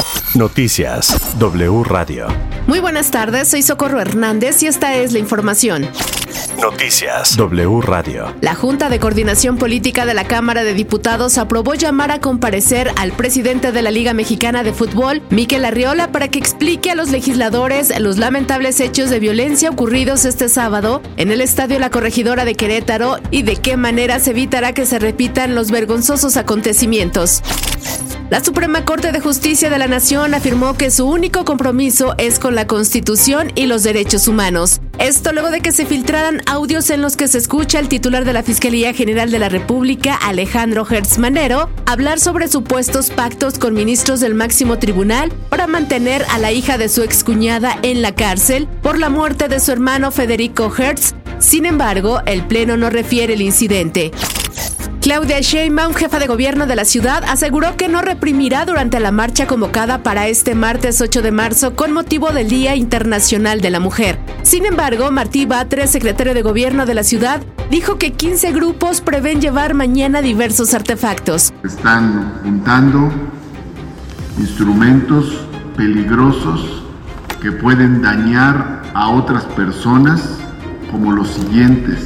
Noticias W Radio. Muy buenas tardes, soy Socorro Hernández y esta es la información. Noticias W Radio. La Junta de Coordinación Política de la Cámara de Diputados aprobó llamar a comparecer al presidente de la Liga Mexicana de Fútbol, Mikel Arriola, para que explique a los legisladores los lamentables hechos de violencia ocurridos este sábado en el Estadio La Corregidora de Querétaro y de qué manera se evitará que se repitan los vergonzosos acontecimientos. La Suprema Corte de Justicia de la Nación afirmó que su único compromiso es con la Constitución y los derechos humanos. Esto luego de que se filtraran audios en los que se escucha al titular de la Fiscalía General de la República, Alejandro Gertz Manero, hablar sobre supuestos pactos con ministros del máximo tribunal para mantener a la hija de su excuñada en la cárcel por la muerte de su hermano Federico Gertz. Sin embargo, el Pleno no refiere el incidente. Claudia Sheinbaum, jefa de gobierno de la ciudad, aseguró que no reprimirá durante la marcha convocada para este martes 8 de marzo con motivo del Día Internacional de la Mujer. Sin embargo, Martí Batres, secretario de gobierno de la ciudad, dijo que 15 grupos prevén llevar mañana diversos artefactos. Están juntando instrumentos peligrosos que pueden dañar a otras personas, como los siguientes: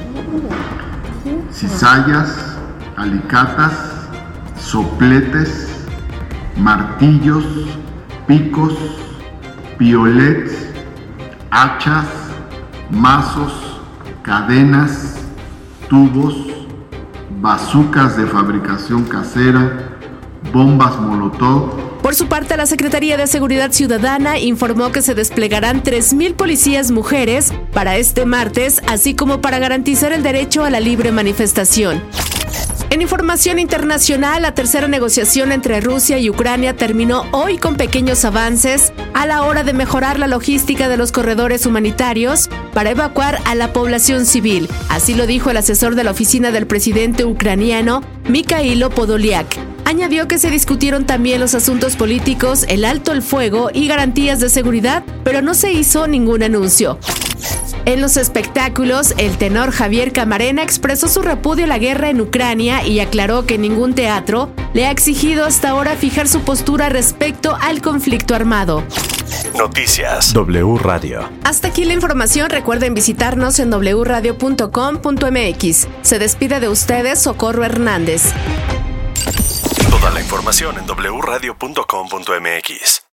cizallas, alicatas, sopletes, martillos, picos, piolets, hachas, mazos, cadenas, tubos, bazucas de fabricación casera, bombas molotov. Por su parte, la Secretaría de Seguridad Ciudadana informó que se desplegarán 3,000 policías mujeres para este martes, así como para garantizar el derecho a la libre manifestación. En información internacional, la tercera negociación entre Rusia y Ucrania terminó hoy con pequeños avances a la hora de mejorar la logística de los corredores humanitarios para evacuar a la población civil. Así lo dijo el asesor de la oficina del presidente ucraniano, Mikhailo Podolyak. Añadió que se discutieron también los asuntos políticos, el alto el fuego y garantías de seguridad, pero no se hizo ningún anuncio. En los espectáculos, el tenor Javier Camarena expresó su repudio a la guerra en Ucrania y aclaró que ningún teatro le ha exigido hasta ahora fijar su postura respecto al conflicto armado. Noticias W Radio. Hasta aquí la información. Recuerden visitarnos en wradio.com.mx. Se despide de ustedes Socorro Hernández. Toda la información en wradio.com.mx.